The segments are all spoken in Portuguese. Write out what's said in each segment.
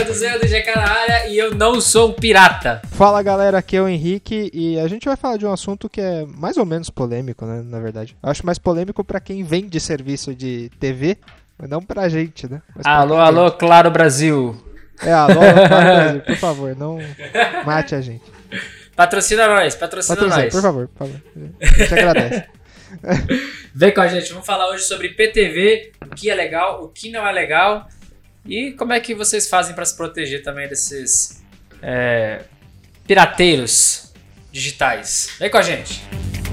do Zé do GK na área e eu não sou um pirata. Fala galera, aqui é o Henrique e a gente vai falar de um assunto que é mais ou menos polêmico, né, na verdade. Eu acho mais polêmico pra quem vende serviço de TV, mas não pra gente, né? Alô, Claro Brasil. Alô, Claro Brasil, por favor, não mate a gente. Patrocina nós. Por favor. A gente agradece. Vem com a gente, vamos falar hoje sobre IPTV, o que é legal, o que não é legal e como é que vocês fazem para se proteger também desses pirateiros digitais. Vem com a gente.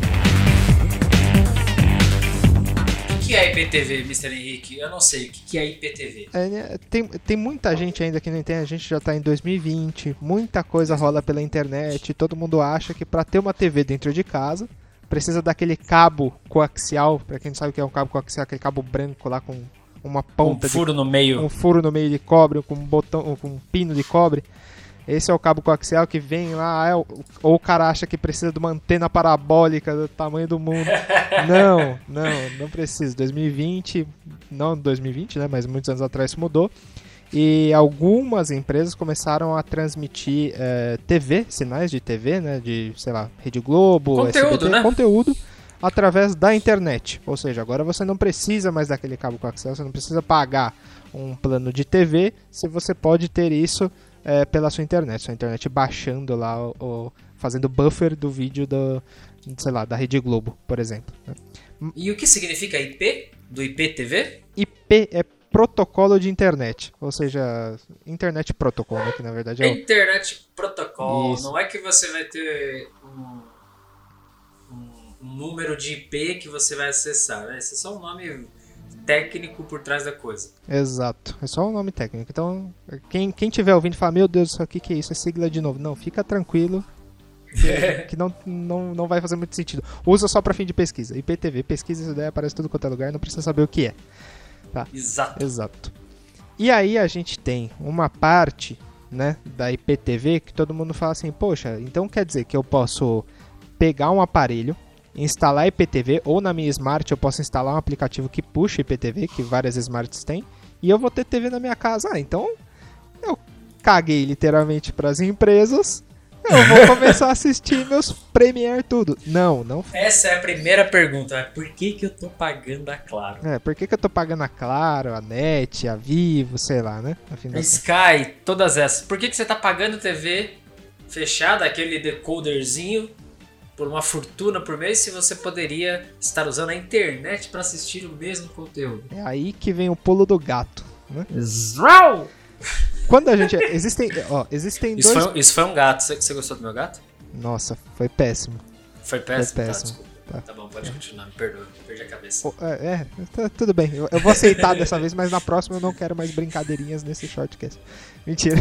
O que é IPTV, Mr. Henrique? Eu não sei, o que é IPTV? Tem muita gente ainda que não entende, a gente já tá em 2020, muita coisa rola pela internet, todo mundo acha que para ter uma TV dentro de casa precisa daquele cabo coaxial, pra quem não sabe o que é um cabo coaxial, aquele cabo branco lá com uma ponta, um furo no meio, um furo no meio de cobre, com um botão, com um pino de cobre. Esse é o cabo coaxial que vem lá, ou o cara acha que precisa de uma antena parabólica do tamanho do mundo. Não precisa. 2020, não 2020, né, mas muitos anos atrás isso mudou. E algumas empresas começaram a transmitir TV, sinais de TV, né, de, sei lá, Rede Globo, conteúdo, SBT, né? Conteúdo através da internet. Ou seja, agora você não precisa mais daquele cabo coaxial, você não precisa pagar um plano de TV, se você pode ter isso pela sua internet baixando lá, fazendo buffer do vídeo sei lá, da Rede Globo, por exemplo. E o que significa IP? Do IPTV? IP é protocolo de internet, ou seja, internet protocolo, né, que na verdade é Internet protocolo. Isso. Não é que você vai ter um número de IP que você vai acessar, né? Esse é só um nome técnico por trás da coisa. Exato, é só um nome técnico. Então, quem tiver ouvindo fala, meu Deus, isso aqui que é isso? É sigla de novo. Não, fica tranquilo, que não vai fazer muito sentido. Usa só para fim de pesquisa. IPTV, pesquisa, isso daí aparece em tudo quanto é lugar, não precisa saber o que é. Tá. Exato. E aí a gente tem uma parte, né, da IPTV que todo mundo fala assim, poxa, então quer dizer que eu posso pegar um aparelho, instalar IPTV, ou na minha Smart eu posso instalar um aplicativo que puxa IPTV, que várias Smarts têm, e eu vou ter TV na minha casa. Então eu caguei literalmente para as empresas, eu vou começar a assistir meus Premiere tudo. Não. Essa é a primeira pergunta. Por que eu tô pagando a Claro? Por que eu tô pagando a Claro, a NET, a Vivo, sei lá, né? A Sky, todas essas. Por que você tá pagando TV fechada, aquele decoderzinho, por uma fortuna por mês, se você poderia estar usando a internet para assistir o mesmo conteúdo? É aí que vem o pulo do gato, né? Zrau! Quando a gente... Existem dois... Isso foi um gato. Você gostou do meu gato? Nossa, foi péssimo. Foi péssimo? Foi péssimo. Tá bom, pode continuar. Me perdoa. Perdi a cabeça. Tudo bem. Eu vou aceitar dessa vez, mas na próxima eu não quero mais brincadeirinhas nesse shortcast. Mentira.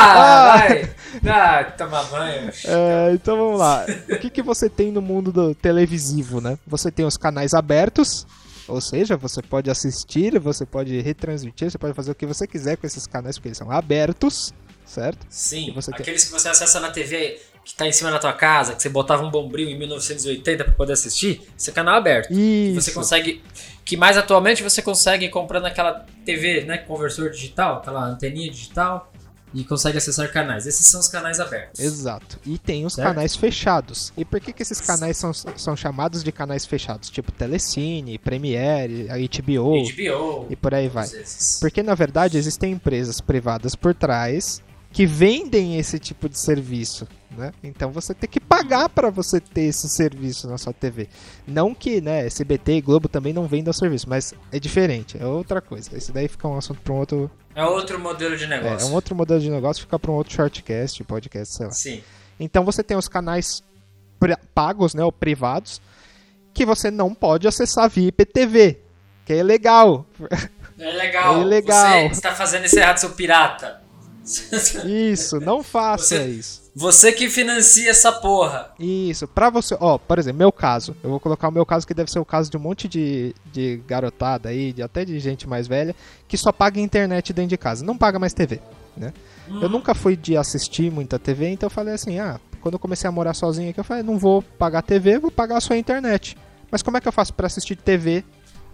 Vai! Tomar banho. Então vamos lá. O que você tem no mundo do televisivo, né? Você tem os canais abertos, ou seja, você pode assistir, você pode retransmitir, você pode fazer o que você quiser com esses canais, porque eles são abertos, certo? Sim, aqueles que você acessa na TV que tá em cima da tua casa, que você botava um bombril em 1980 para poder assistir, esse é canal aberto. Isso. Você consegue, que mais atualmente você consegue comprando aquela TV, né, conversor digital, aquela anteninha digital, e consegue acessar canais. Esses são os canais abertos. Exato. E tem os canais fechados. E por que esses canais são chamados de canais fechados? Tipo Telecine, Premiere, HBO e por aí vai. Porque na verdade existem empresas privadas por trás que vendem esse tipo de serviço, né? Então você tem que pagar para você ter esse serviço na sua TV. Não que, né, SBT e Globo também não vendam o serviço, mas é diferente, é outra coisa. Isso daí fica um assunto para um outro... É outro modelo de negócio. É um outro modelo de negócio, fica para um outro shortcast, podcast, sei lá. Sim. Então você tem os canais pagos, né, ou privados, que você não pode acessar via IPTV, que é ilegal. É legal. É ilegal. Você está fazendo isso errado, seu pirata. Isso, não faça isso. Você que financia essa porra. Isso, pra você, por exemplo, meu caso. Eu vou colocar o meu caso, que deve ser o caso de um monte de garotada aí, até de gente mais velha, que só paga internet dentro de casa, não paga mais TV, né? Eu nunca fui de assistir muita TV, então eu falei assim, quando eu comecei a morar sozinho aqui, eu falei, não vou pagar TV, vou pagar só a internet. Mas como é que eu faço pra assistir TV,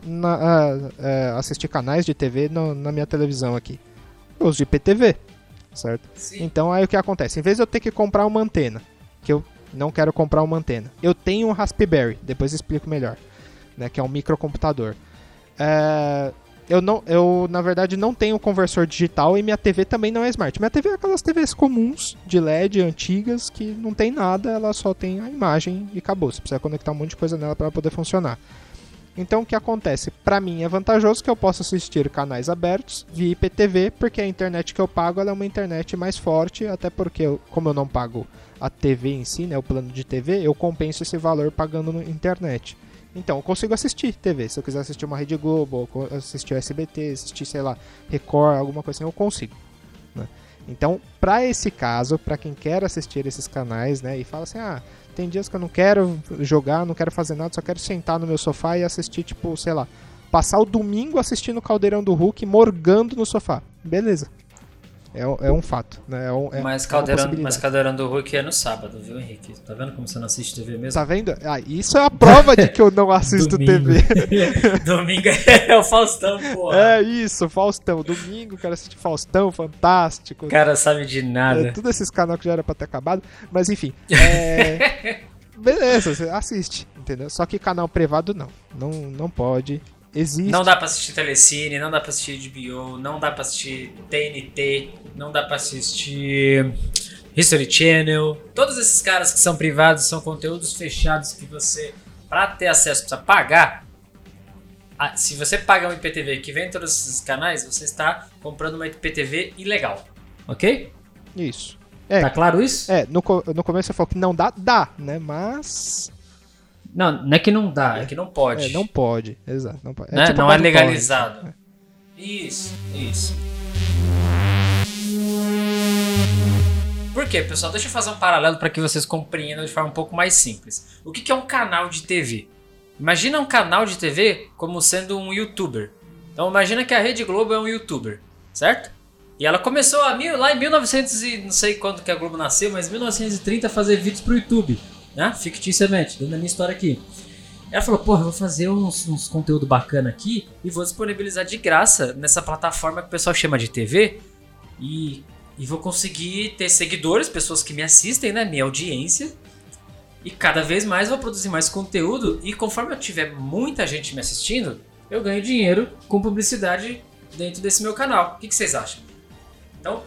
assistir canais de TV na minha televisão aqui? Eu uso IPTV. certo? Sim. Então aí o que acontece? Em vez de eu ter que comprar uma antena, que eu não quero comprar uma antena, eu tenho um Raspberry, depois eu explico melhor, né, que é um microcomputador. Eu, na verdade, não tenho conversor digital e minha TV também não é smart. Minha TV é aquelas TVs comuns, de LED, antigas, que não tem nada, ela só tem a imagem e acabou. Você precisa conectar um monte de coisa nela para poder funcionar. Então o que acontece? Para mim é vantajoso que eu possa assistir canais abertos via IPTV, porque a internet que eu pago ela é uma internet mais forte, até porque como eu não pago a TV em si, né, o plano de TV, eu compenso esse valor pagando na internet. Então eu consigo assistir TV, se eu quiser assistir uma Rede Globo, assistir o SBT, assistir, sei lá, Record, alguma coisa assim, eu consigo, né? Então, para esse caso, para quem quer assistir esses canais, né, e fala assim, tem dias que eu não quero jogar, não quero fazer nada, só quero sentar no meu sofá e assistir, tipo, sei lá, passar o domingo assistindo o Caldeirão do Hulk, morgando no sofá. Beleza. É um fato, né? Mas Caldeirão do Hulk é no sábado, viu, Henrique? Tá vendo como você não assiste TV mesmo? Tá vendo? Isso é a prova de que eu não assisto TV. Domingo é o Faustão, porra. É isso, Faustão. Domingo, quero assistir Faustão, Fantástico. O cara sabe de nada. Todos esses canais que já era pra ter acabado. Mas enfim. Beleza, você assiste, entendeu? Só que canal privado não pode. Existe. Não dá pra assistir Telecine, não dá pra assistir HBO, não dá pra assistir TNT, não dá pra assistir History Channel. Todos esses caras que são privados são conteúdos fechados que você, pra ter acesso, precisa pagar. Se você paga um IPTV que vem em todos esses canais, você está comprando uma IPTV ilegal. Ok? Isso. Tá claro isso? No começo você falou que não dá, né? Mas... Não é que não dá, é que não pode. Não pode, exato. Não, pode. Né? Tipo não é legalizado. Torrent. Isso. Por quê, pessoal? Deixa eu fazer um paralelo para que vocês compreendam de forma um pouco mais simples. O que é um canal de TV? Imagina um canal de TV como sendo um youtuber. Então imagina que a Rede Globo é um youtuber, certo? E ela começou lá em 1900 e não sei quando que a Globo nasceu, mas 1930 a fazer vídeos pro YouTube. Né? Ficticiamente, dando a minha história aqui. Ela falou, porra, eu vou fazer uns conteúdo bacana aqui e vou disponibilizar de graça nessa plataforma que o pessoal chama de TV e vou conseguir ter seguidores, pessoas que me assistem, né, minha audiência, e cada vez mais vou produzir mais conteúdo e conforme eu tiver muita gente me assistindo, eu ganho dinheiro com publicidade dentro desse meu canal. O que vocês acham? Então,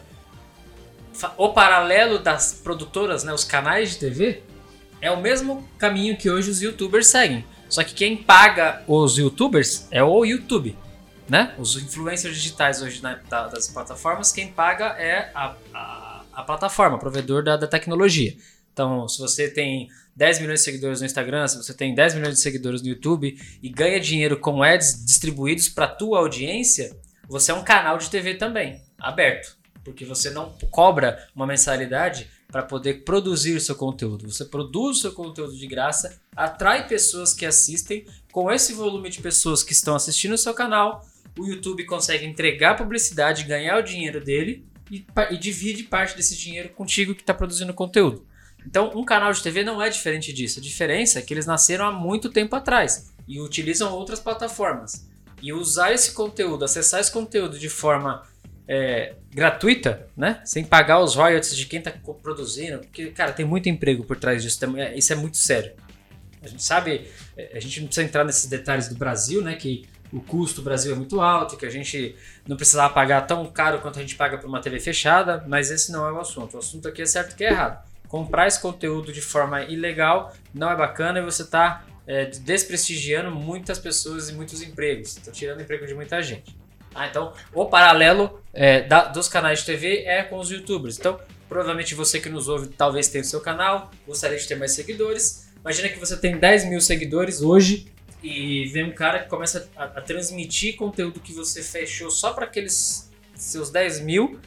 o paralelo das produtoras, né, os canais de TV, é o mesmo caminho que hoje os youtubers seguem. Só que quem paga os youtubers é o YouTube, né? Os influencers digitais hoje das plataformas, quem paga é a plataforma, o provedor da tecnologia. Então, se você tem 10 milhões de seguidores no Instagram, se você tem 10 milhões de seguidores no YouTube e ganha dinheiro com ads distribuídos para a tua audiência, você é um canal de TV também, aberto. Porque você não cobra uma mensalidade para poder produzir o seu conteúdo. Você produz o seu conteúdo de graça, atrai pessoas que assistem. Com esse volume de pessoas que estão assistindo o seu canal, o YouTube consegue entregar publicidade, ganhar o dinheiro dele e divide parte desse dinheiro contigo que está produzindo conteúdo. Então, um canal de TV não é diferente disso. A diferença é que eles nasceram há muito tempo atrás e utilizam outras plataformas. E usar esse conteúdo, acessar esse conteúdo de forma gratuita, né? Sem pagar os royalties de quem está produzindo, porque, cara, tem muito emprego por trás disso, isso é muito sério. A gente sabe, a gente não precisa entrar nesses detalhes do Brasil, né? Que o custo do Brasil é muito alto, que a gente não precisava pagar tão caro quanto a gente paga por uma TV fechada, mas esse não é o assunto. O assunto aqui é certo e que é errado. Comprar esse conteúdo de forma ilegal não é bacana e você está desprestigiando muitas pessoas e muitos empregos. Está tirando o emprego de muita gente. Então, o paralelo dos canais de TV é com os youtubers. Então, provavelmente você que nos ouve talvez tenha o seu canal, gostaria de ter mais seguidores. Imagina que você tem 10 mil seguidores hoje e vem um cara que começa a transmitir conteúdo que você fechou só para aqueles seus 10 mil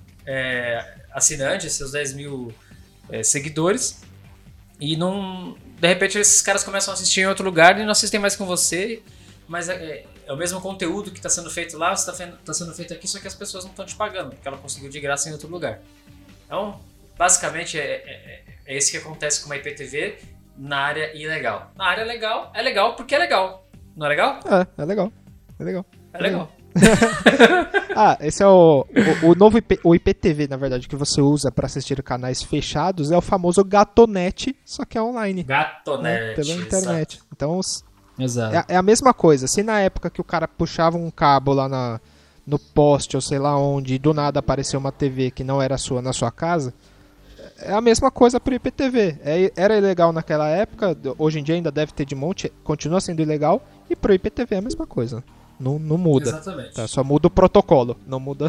assinantes, seus 10 mil seguidores. E de repente esses caras começam a assistir em outro lugar e não assistem mais com você, mas é o mesmo conteúdo que está sendo feito lá, está sendo feito aqui, só que as pessoas não estão te pagando, porque ela conseguiu de graça em outro lugar. Então, basicamente, é isso que acontece com uma IPTV na área ilegal. Na área legal, é legal porque é legal. Não é legal? É legal. É legal. É legal. Esse é o novo o IPTV, na verdade, que você usa para assistir canais fechados, é o famoso Gatonet, só que é online. Gatonet. Pela internet. Exato. Então, Exato. é a mesma coisa. Se na época que o cara puxava um cabo lá no poste, ou sei lá onde, e do nada apareceu uma TV que não era sua na sua casa, é a mesma coisa pro IPTV. Era ilegal naquela época, hoje em dia ainda deve ter de monte, continua sendo ilegal, e pro IPTV é a mesma coisa. Não muda. Exatamente. Tá? Só muda o protocolo. Não muda.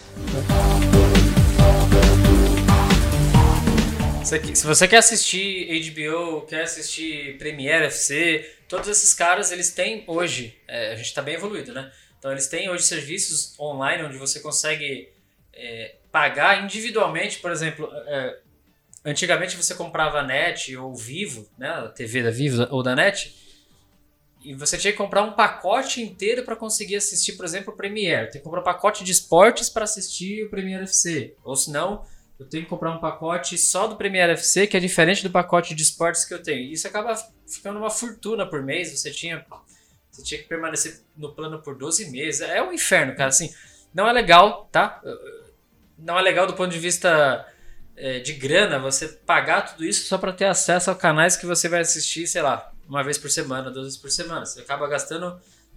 Se você quer assistir HBO, quer assistir Premiere FC, todos esses caras, eles têm hoje, a gente está bem evoluído, né? Então eles têm hoje serviços online onde você consegue pagar individualmente, por exemplo, antigamente você comprava a NET ou Vivo, né? A TV da Vivo ou da NET, e você tinha que comprar um pacote inteiro para conseguir assistir, por exemplo, o Premiere. Tem que comprar um pacote de esportes para assistir o Premiere FC. Ou senão, eu tenho que comprar um pacote só do Premiere FC, que é diferente do pacote de esportes que eu tenho. E isso acaba ficando uma fortuna por mês. Você tinha que permanecer no plano por 12 meses. É um inferno, cara. Assim, não é legal, tá? Não é legal do ponto de vista de grana você pagar tudo isso só para ter acesso a canais que você vai assistir, sei lá, uma vez por semana, 2 vezes por semana. Você acaba gastando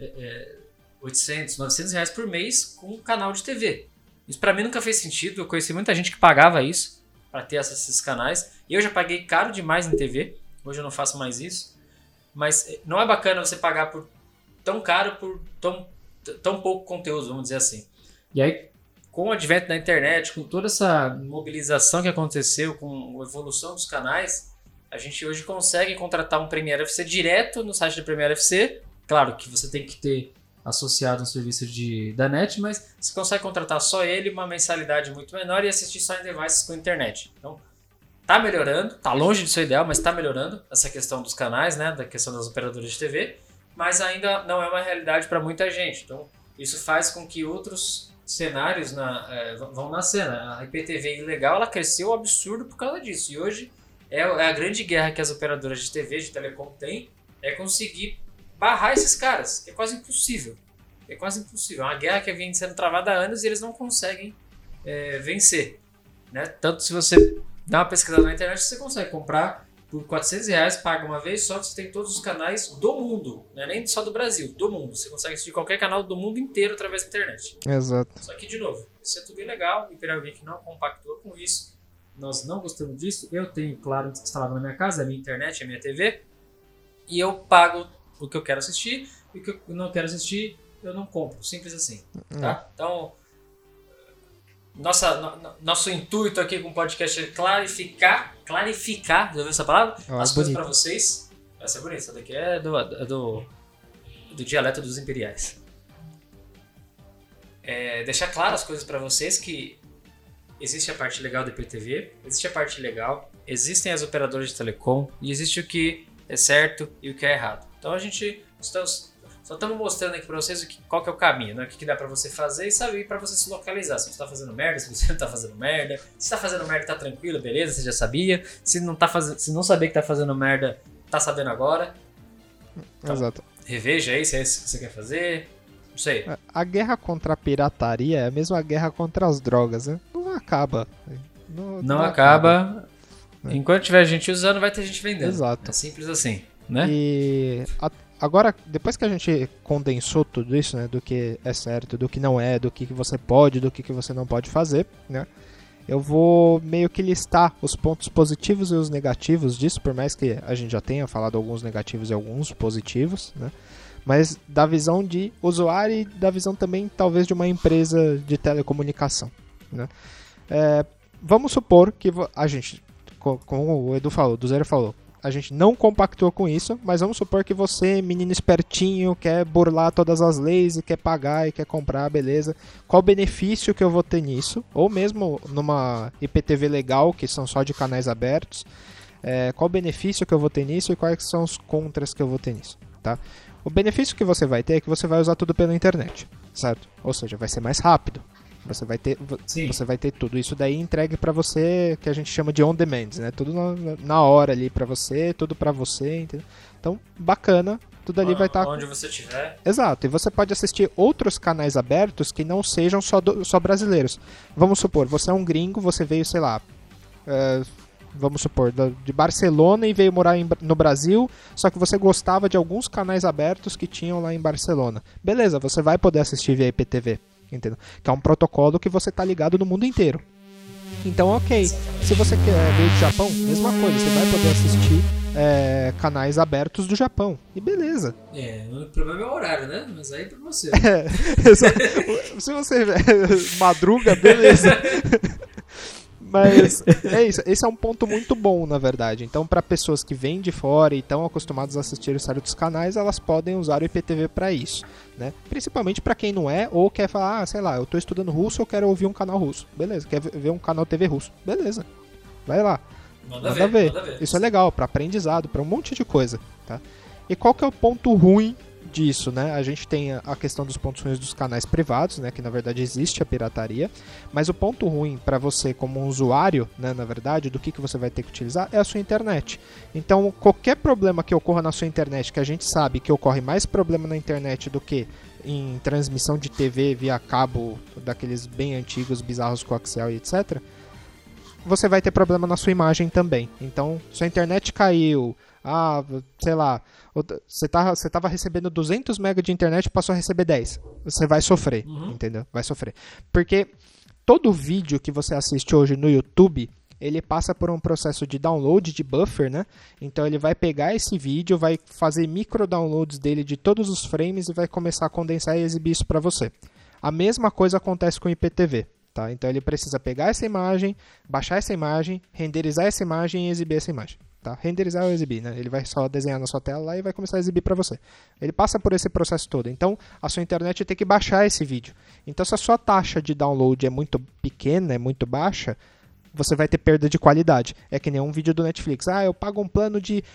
800, 900 reais por mês com um canal de TV. Isso pra mim nunca fez sentido. Eu conheci muita gente que pagava isso para ter acesso a esses canais. E eu já paguei caro demais em TV. Hoje eu não faço mais isso. Mas não é bacana você pagar tão caro por tão pouco conteúdo, vamos dizer assim. E aí, com o advento da internet, com toda essa mobilização que aconteceu, com a evolução dos canais, a gente hoje consegue contratar um Premiere FC direto no site da Premiere FC. Claro que você tem que ter associado um serviço da NET, mas você consegue contratar só ele, uma mensalidade muito menor e assistir só em devices com internet. Então, tá melhorando, tá longe de ser ideal, mas tá melhorando essa questão dos canais, né, da questão das operadoras de TV, mas ainda não é uma realidade para muita gente. Então, isso faz com que outros cenários vão nascer. A IPTV ilegal, ela cresceu absurdo por causa disso. E hoje é a grande guerra que as operadoras de TV, de telecom têm, é conseguir barrar esses caras, que é quase impossível. É quase impossível. É uma guerra que vem sendo travada há anos e eles não conseguem vencer. Né? Tanto se você dá uma pesquisada na internet, você consegue comprar por R$400, paga uma vez, só que você tem todos os canais do mundo. Não é nem só do Brasil, do mundo. Você consegue assistir qualquer canal do mundo inteiro através da internet. Exato. Só que, de novo, isso é tudo ilegal. O Imperial Geek não compactua com isso. Nós não gostamos disso. Eu tenho, claro, instalado na minha casa, a minha internet, a minha TV. E eu pago o que eu quero assistir. E o que eu não quero assistir, eu não compro. Simples assim. Tá? Então, nosso intuito aqui com o podcast é clarificar, já ouviu essa palavra? As coisas para vocês. Essa é bonita, essa daqui é do dialeto dos imperiais. Deixar claro as coisas para vocês que existe a parte legal do IPTV, existe a parte legal, existem as operadoras de telecom e existe o que é certo e o que é errado. Então a gente só estamos mostrando aqui para vocês qual que é o caminho, né? O que dá para você fazer e saber para você se localizar. Se você está fazendo merda, se você não está fazendo merda. Se está fazendo merda, tá tranquilo, beleza, você já sabia. Se não sabia que tá fazendo merda, tá sabendo agora. Então, exato. Reveja aí se é isso que você quer fazer. Não sei. A guerra contra a pirataria é a mesma guerra contra as drogas, né? Não acaba. Não acaba. Enquanto tiver gente usando, vai ter gente vendendo. Exato. É simples assim, né? E agora, depois que a gente condensou tudo isso, né? Do que é certo, do que não é, do que você pode, do que você não pode fazer, né? Eu vou meio que listar os pontos positivos e os negativos disso, por mais que a gente já tenha falado alguns negativos e alguns positivos, né? Mas da visão de usuário e da visão também, talvez, de uma empresa de telecomunicação, né? Vamos supor que a gente, como o Edu falou, do Zero falou, a gente não compactou com isso, mas vamos supor que você, menino espertinho, quer burlar todas as leis e quer pagar e quer comprar, beleza. Qual o benefício que eu vou ter nisso? Ou mesmo numa IPTV legal, que são só de canais abertos, qual o benefício que eu vou ter nisso e quais são os contras que eu vou ter nisso, tá? O benefício que você vai ter é que você vai usar tudo pela internet, certo? Ou seja, vai ser mais rápido, Você vai ter, Sim. você vai ter tudo isso daí entregue para você, que a gente chama de on demand, né? Tudo na hora ali para você, tudo para você, entendeu? Então, bacana, tudo ali vai estar... Onde você estiver. Exato, e você pode assistir outros canais abertos que não sejam só brasileiros. Vamos supor, você é um gringo, você veio, sei lá, vamos supor, de Barcelona e veio morar no Brasil, só que você gostava de alguns canais abertos que tinham lá em Barcelona. Beleza, você vai poder assistir via IPTV, entendeu? Que é um protocolo que você tá ligado no mundo inteiro. Então, ok, se você veio do Japão, mesma coisa, você vai poder assistir canais abertos do Japão. E beleza. O problema é o horário, né? Mas aí é pra você. Se você madruga, beleza. Mas é isso, esse é um ponto muito bom, na verdade. Então, para pessoas que vêm de fora e estão acostumadas a assistir certos canais, elas podem usar o IPTV para isso, né? Principalmente para quem não é ou quer falar, sei lá, eu estou estudando russo, eu quero ouvir um canal russo. Beleza, quer ver um canal TV russo. Beleza, vai lá. Manda ver. Isso é legal, para aprendizado, para um monte de coisa, tá? E qual que é o ponto ruim disso, né? A gente tem a questão dos pontos ruins dos canais privados, né? Que na verdade existe a pirataria, mas o ponto ruim para você como um usuário, né? Na verdade, do que você vai ter que utilizar é a sua internet. Então, qualquer problema que ocorra na sua internet, que a gente sabe que ocorre mais problema na internet do que em transmissão de TV via cabo, daqueles bem antigos, bizarros coaxial e etc., você vai ter problema na sua imagem também. Então, sua internet caiu, sei lá, você tava recebendo 200 MB de internet e passou a receber 10. Você vai sofrer, entendeu? Vai sofrer. Porque todo vídeo que você assiste hoje no YouTube, ele passa por um processo de download de buffer, né? Então ele vai pegar esse vídeo, vai fazer micro downloads dele de todos os frames e vai começar a condensar e exibir isso para você. A mesma coisa acontece com o IPTV. Tá? Então ele precisa pegar essa imagem, baixar essa imagem, renderizar essa imagem e exibir essa imagem. Tá? Renderizar ou exibir, né? Ele vai só desenhar na sua tela lá e vai começar a exibir para você. Ele passa por esse processo todo. Então a sua internet tem que baixar esse vídeo. Então se a sua taxa de download é muito pequena, é muito baixa, você vai ter perda de qualidade. É que nem um vídeo do Netflix. Eu pago um plano de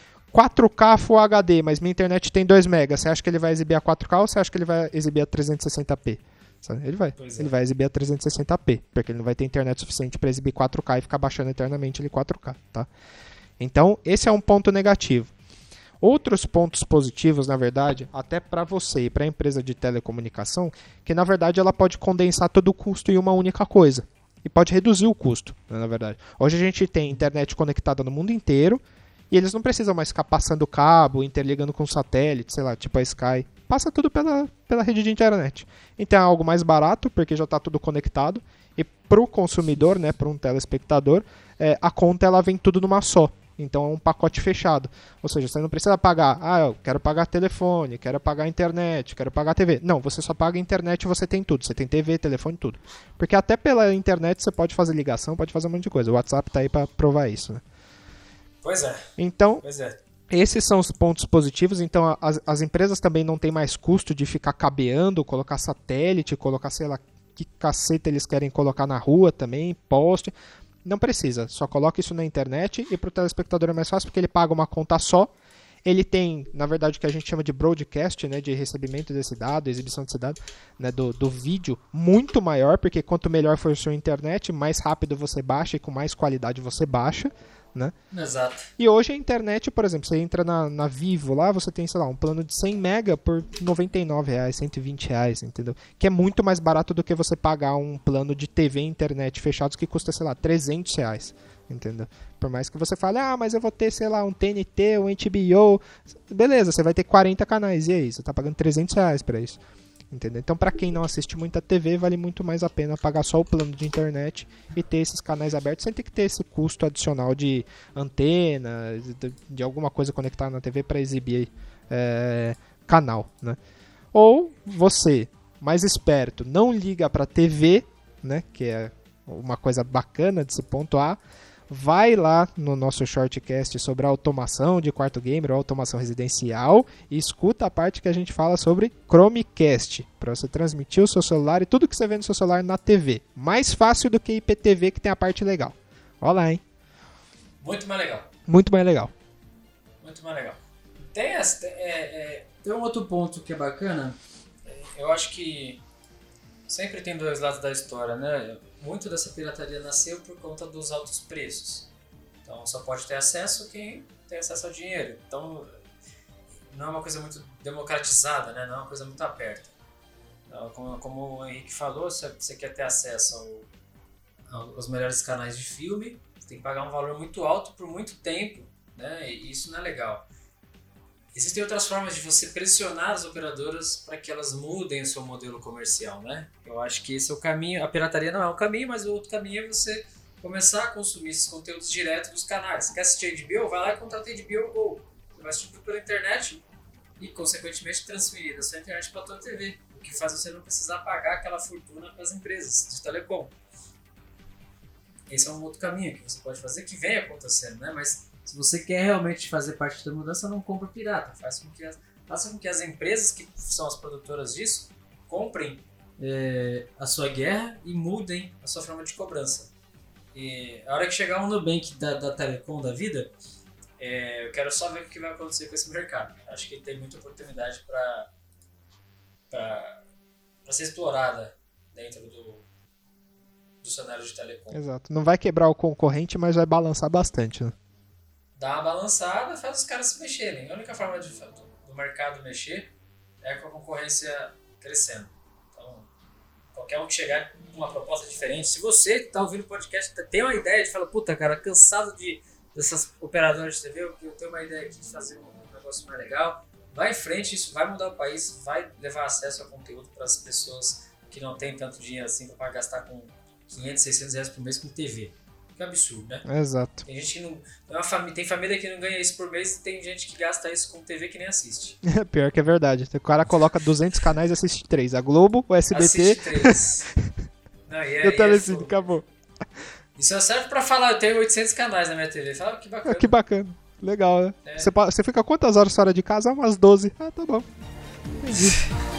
4K Full HD, mas minha internet tem 2 MB. Você acha que ele vai exibir a 4K ou você acha que ele vai exibir a 360p? Ele vai. Ele vai exibir a 360p, porque ele não vai ter internet suficiente para exibir 4K e ficar baixando eternamente ele 4K, tá? Então, esse é um ponto negativo. Outros pontos positivos, na verdade, até para você e para a empresa de telecomunicação, que na verdade ela pode condensar todo o custo em uma única coisa. E pode reduzir o custo, né, na verdade. Hoje a gente tem internet conectada no mundo inteiro, e eles não precisam mais ficar passando cabo, interligando com satélite, sei lá, tipo a Sky. Passa tudo pela rede de internet. Então é algo mais barato, porque já está tudo conectado. E para o consumidor, né, para um telespectador, a conta ela vem tudo numa só. Então é um pacote fechado. Ou seja, você não precisa pagar, eu quero pagar telefone, quero pagar internet, quero pagar TV. Não, você só paga internet e você tem tudo. Você tem TV, telefone, tudo. Porque até pela internet você pode fazer ligação, pode fazer um monte de coisa. O WhatsApp está aí para provar isso, né? Pois é. Então, esses são os pontos positivos. Então, as empresas também não têm mais custo de ficar cabeando, colocar satélite, colocar, sei lá, que caceta eles querem colocar na rua também, poste. Não precisa, só coloca isso na internet e para o telespectador é mais fácil porque ele paga uma conta só. Ele tem, na verdade, o que a gente chama de broadcast, né, de recebimento desse dado, exibição desse dado, né, do vídeo, muito maior, porque quanto melhor for a sua internet, mais rápido você baixa e com mais qualidade você baixa. Né? Exato. E hoje a internet, por exemplo, você entra na Vivo lá, você tem, sei lá, um plano de 100 mega por R$99, R$120, entendeu? Que é muito mais barato do que você pagar um plano de TV e internet fechados que custa, sei lá, R$300, entendeu? Por mais que você fale, mas eu vou ter, sei lá, um TNT, um HBO, beleza, você vai ter 40 canais, e aí? Você tá pagando R$300 pra isso. Entendeu? Então, para quem não assiste muita TV, vale muito mais a pena pagar só o plano de internet e ter esses canais abertos sem ter que ter esse custo adicional de antena, de alguma coisa conectada na TV para exibir canal, né? Ou você, mais esperto, não liga para TV, né? Que é uma coisa bacana de se pontuar. Vai lá no nosso shortcast sobre automação de quarto gamer ou automação residencial e escuta a parte que a gente fala sobre Chromecast, para você transmitir o seu celular e tudo que você vê no seu celular na TV. Mais fácil do que IPTV, que tem a parte legal. Olha lá, hein? Muito mais legal. Muito mais legal. Muito mais legal. Tem um outro ponto que é bacana. Eu acho que sempre tem dois lados da história, né? Muito dessa pirataria nasceu por conta dos altos preços. Então só pode ter acesso quem tem acesso ao dinheiro. Então não é uma coisa muito democratizada, né? Não é uma coisa muito aberta. Então, como o Henrique falou, se você quer ter acesso aos melhores canais de filme, você tem que pagar um valor muito alto por muito tempo, né? E isso não é legal. Existem outras formas de você pressionar as operadoras para que elas mudem o seu modelo comercial, né? Eu acho que esse é o caminho. A pirataria não é o caminho, mas o outro caminho é você começar a consumir esses conteúdos direto dos canais. Quer assistir HBO? Vai lá e contrata HBO Go. Você vai assistir tudo pela internet e, consequentemente, transferir da sua internet para a tua TV. O que faz você não precisar pagar aquela fortuna para as empresas de telecom. Esse é um outro caminho que você pode fazer, que vem acontecendo, né? Mas se você quer realmente fazer parte da mudança, não compra pirata. Faça com que as empresas que são as produtoras disso comprem a sua guerra e mudem a sua forma de cobrança. E a hora que chegar um Nubank da Telecom da vida, eu quero só ver o que vai acontecer com esse mercado. Acho que tem muita oportunidade para ser explorada dentro do cenário de telecom. Exato. Não vai quebrar o concorrente, mas vai balançar bastante, né? Dá uma balançada, faz os caras se mexerem. A única forma do mercado mexer é com a concorrência crescendo. Então, qualquer um que chegar com uma proposta diferente, se você que está ouvindo o podcast tem uma ideia de falar, puta, cara, cansado dessas operadoras de TV, eu tenho uma ideia aqui de fazer um negócio mais legal, vai em frente, isso vai mudar o país, vai levar acesso a conteúdo para as pessoas que não têm tanto dinheiro assim para gastar com 500, 600 reais por mês com TV. Que absurdo, né? Exato. Tem gente que não. Tem família que não ganha isso por mês e tem gente que gasta isso com TV que nem assiste. Pior que é verdade. O cara coloca 200 canais e assiste 3. A Globo, o SBT. Assiste 3. Não, e o Telecine, acabou. Isso serve pra falar, eu tenho 800 canais na minha TV. Fala, que bacana. Que bacana. Legal, né? Você fica quantas horas fora de casa? Umas 12. Ah, tá bom. Entendi.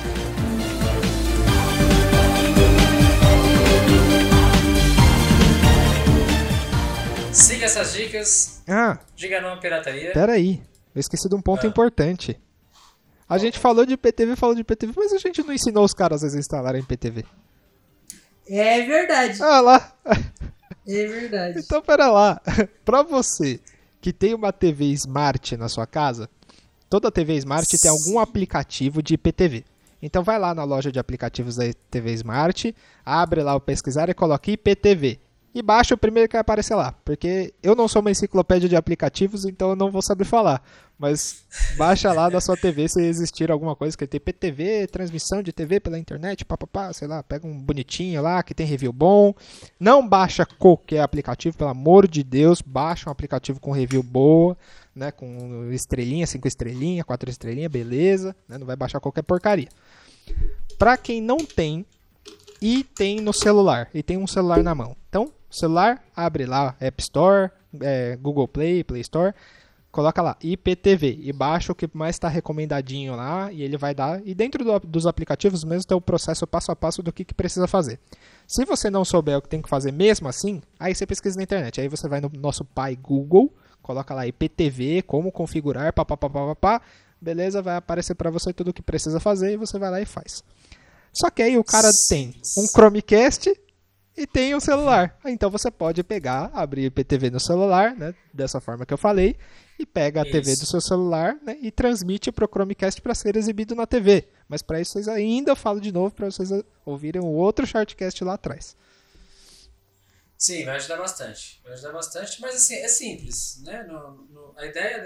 Siga essas dicas. Diga não à pirataria. Pera aí, eu esqueci de um ponto importante. A gente falou de IPTV, mas a gente não ensinou os caras a instalarem IPTV. É verdade. Ah lá. É verdade. Então pera lá. Pra você que tem uma TV Smart na sua casa, toda TV Smart tem algum aplicativo de IPTV. Então vai lá na loja de aplicativos da TV Smart, abre lá o pesquisar e coloca IPTV. E baixa o primeiro que vai aparecer lá, porque eu não sou uma enciclopédia de aplicativos, então eu não vou saber falar. Mas baixa lá da sua TV se existir alguma coisa que tem IPTV, transmissão de TV pela internet, papapá, sei lá, pega um bonitinho lá que tem review bom. Não baixa qualquer aplicativo, pelo amor de Deus, baixa um aplicativo com review boa, né, com estrelinha, 5 estrelinhas, 4 estrelinhas, beleza, né, não vai baixar qualquer porcaria. Pra quem não tem e tem no celular, e tem um celular na mão, então celular, abre lá App Store, Google Play, Play Store, coloca lá IPTV e baixa o que mais está recomendadinho lá e ele vai dar. E dentro dos aplicativos mesmo tem o processo passo a passo do que precisa fazer. Se você não souber o que tem que fazer mesmo assim, aí você pesquisa na internet. Aí você vai no nosso pai Google, coloca lá IPTV, como configurar, papapá, beleza, vai aparecer para você tudo o que precisa fazer e você vai lá e faz. Só que aí o cara tem um Chromecast e tem um celular. Então você pode pegar, abrir IPTV no celular, né, dessa forma que eu falei, e pega a TV do seu celular, né, e transmite para o Chromecast para ser exibido na TV. Mas para isso vocês ainda, eu falo de novo para vocês ouvirem o outro Shortcast lá atrás. Sim, vai ajudar bastante. Mas assim, é simples, né? A ideia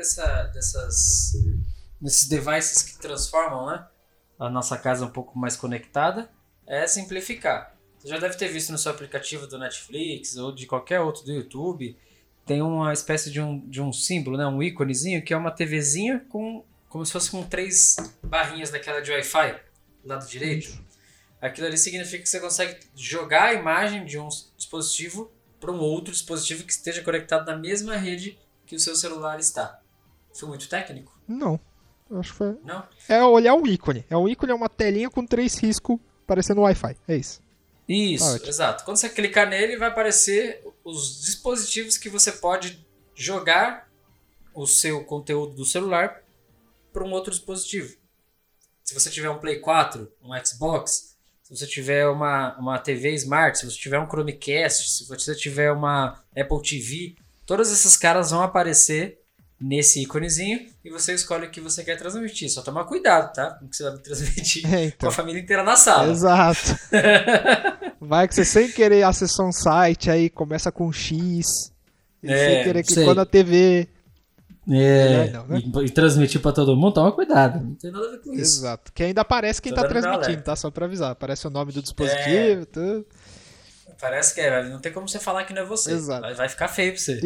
desses devices que transformam, né, a nossa casa um pouco mais conectada é simplificar. Você já deve ter visto no seu aplicativo do Netflix ou de qualquer outro do YouTube, tem uma espécie de um símbolo, né? Um íconezinho que é uma TVzinha como se fosse com 3 barrinhas daquela de Wi-Fi do lado direito. Aquilo ali significa que você consegue jogar a imagem de um dispositivo para um outro dispositivo que esteja conectado na mesma rede que o seu celular está. Foi muito técnico? Não, eu acho que foi... Não? É olhar o ícone. O ícone é uma telinha com 3 riscos parecendo Wi-Fi, é isso. Isso, exato. Quando você clicar nele, vai aparecer os dispositivos que você pode jogar o seu conteúdo do celular para um outro dispositivo. Se você tiver um Play 4, um Xbox, se você tiver uma TV Smart, se você tiver um Chromecast, se você tiver uma Apple TV, todas essas caras vão aparecer nesse íconezinho e você escolhe o que você quer transmitir. Só tomar cuidado, tá? Com o que você vai transmitir com a família inteira na sala. Exato. Vai que você sem querer acessar um site, aí começa com X, e sem querer clicou na TV. Não, né? E transmitir pra todo mundo, toma cuidado. Não tem nada a ver com isso. Exato. Que ainda aparece quem tá transmitindo, tá? Só pra avisar. Aparece o nome do dispositivo, tudo. Parece que não tem como você falar que não é você. Exato. Vai ficar feio pra você.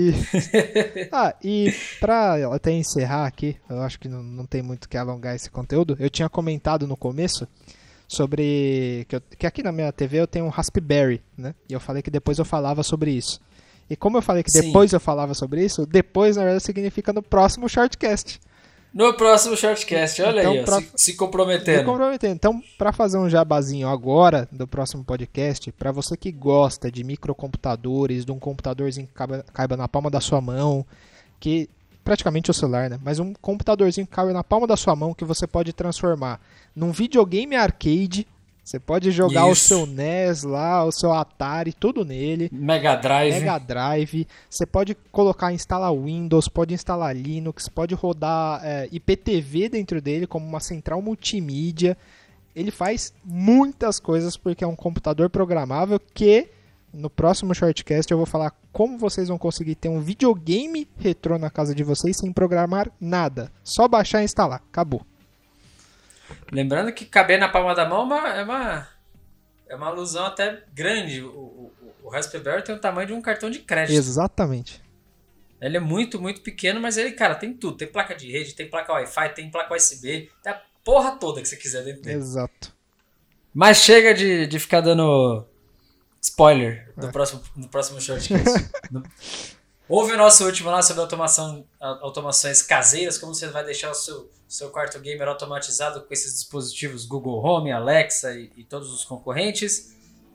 E pra até encerrar aqui, eu acho que não tem muito que alongar esse conteúdo. Eu tinha comentado no começo sobre que aqui na minha TV eu tenho um Raspberry, né? E eu falei que depois eu falava sobre isso. E como eu falei que depois eu falava sobre isso, depois na verdade significa no próximo shortcast. No próximo shortcast, olha então, aí, se comprometendo. Então, para fazer um jabazinho agora do próximo podcast, para você que gosta de microcomputadores, de um computadorzinho que caiba na palma da sua mão, que praticamente o celular, né? Mas um computadorzinho que caiba na palma da sua mão que você pode transformar num videogame arcade. Você pode jogar o seu NES lá, o seu Atari, tudo nele. Mega Drive. Você pode colocar, instalar Windows, pode instalar Linux, pode rodar IPTV dentro dele como uma central multimídia. Ele faz muitas coisas porque é um computador programável que no próximo shortcast eu vou falar como vocês vão conseguir ter um videogame retrô na casa de vocês sem programar nada. Só baixar e instalar. Acabou. Lembrando que caber na palma da mão é uma alusão até grande. O Raspberry tem o tamanho de um cartão de crédito. Exatamente. Ele é muito, muito pequeno, mas ele, cara, tem tudo. Tem placa de rede, tem placa Wi-Fi, tem placa USB. Tem a porra toda que você quiser dentro dele. Exato. Mas chega de ficar dando spoiler do próximo shortcast. Ouve o nosso último lá sobre automações caseiras, como você vai deixar o seu quarto gamer automatizado com esses dispositivos Google Home, Alexa e todos os concorrentes.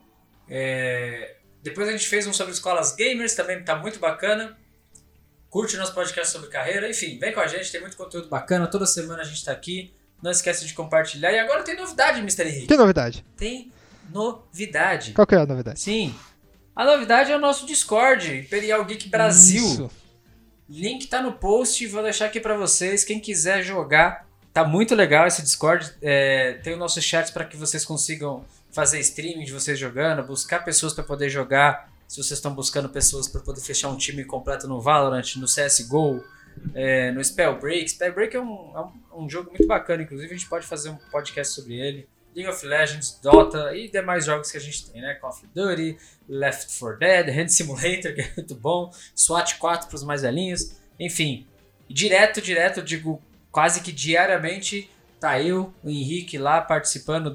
Depois a gente fez um sobre escolas gamers, também tá muito bacana. Curte nosso podcast sobre carreira. Enfim, vem com a gente, tem muito conteúdo bacana. Toda semana a gente tá aqui. Não esquece de compartilhar. E agora tem novidade, Mr. Henrique. Que novidade? Tem novidade. Qual que é a novidade? Sim. A novidade é o nosso Discord, Imperial Geek Brasil. Isso. Link tá no post, vou deixar aqui pra vocês. Quem quiser jogar, tá muito legal esse Discord. Tem o nosso chat para que vocês consigam fazer streaming de vocês jogando, buscar pessoas para poder jogar. Se vocês estão buscando pessoas para poder fechar um time completo no Valorant, no CSGO, no Spellbreak. Spellbreak é um jogo muito bacana, inclusive a gente pode fazer um podcast sobre ele. League of Legends, Dota e demais jogos que a gente tem, né? Call of Duty, Left 4 Dead, Hand Simulator, que é muito bom, SWAT 4 para os mais velhinhos, enfim. Direto, digo, quase que diariamente, tá eu, o Henrique lá participando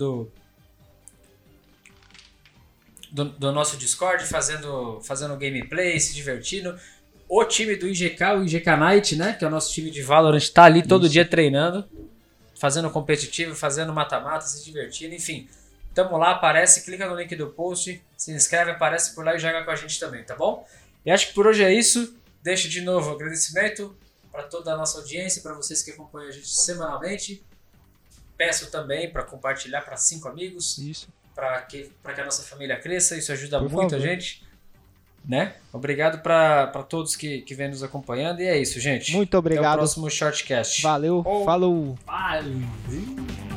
do nosso Discord, fazendo gameplay, se divertindo. O time do IGK, o IGK Knight, né? Que é o nosso time de Valorant, tá ali todo dia treinando. Fazendo competitivo, fazendo mata-mata, se divertindo, enfim. Tamo lá, aparece, clica no link do post, se inscreve, aparece por lá e joga com a gente também, tá bom? E acho que por hoje é isso. Deixo de novo agradecimento para toda a nossa audiência, para vocês que acompanham a gente semanalmente. Peço também para compartilhar para 5 amigos, para que a nossa família cresça, isso ajuda muito a gente. Né? Obrigado para todos que vêm nos acompanhando. E é isso, gente. Muito obrigado. Até o próximo shortcast. Valeu, falou. Valeu.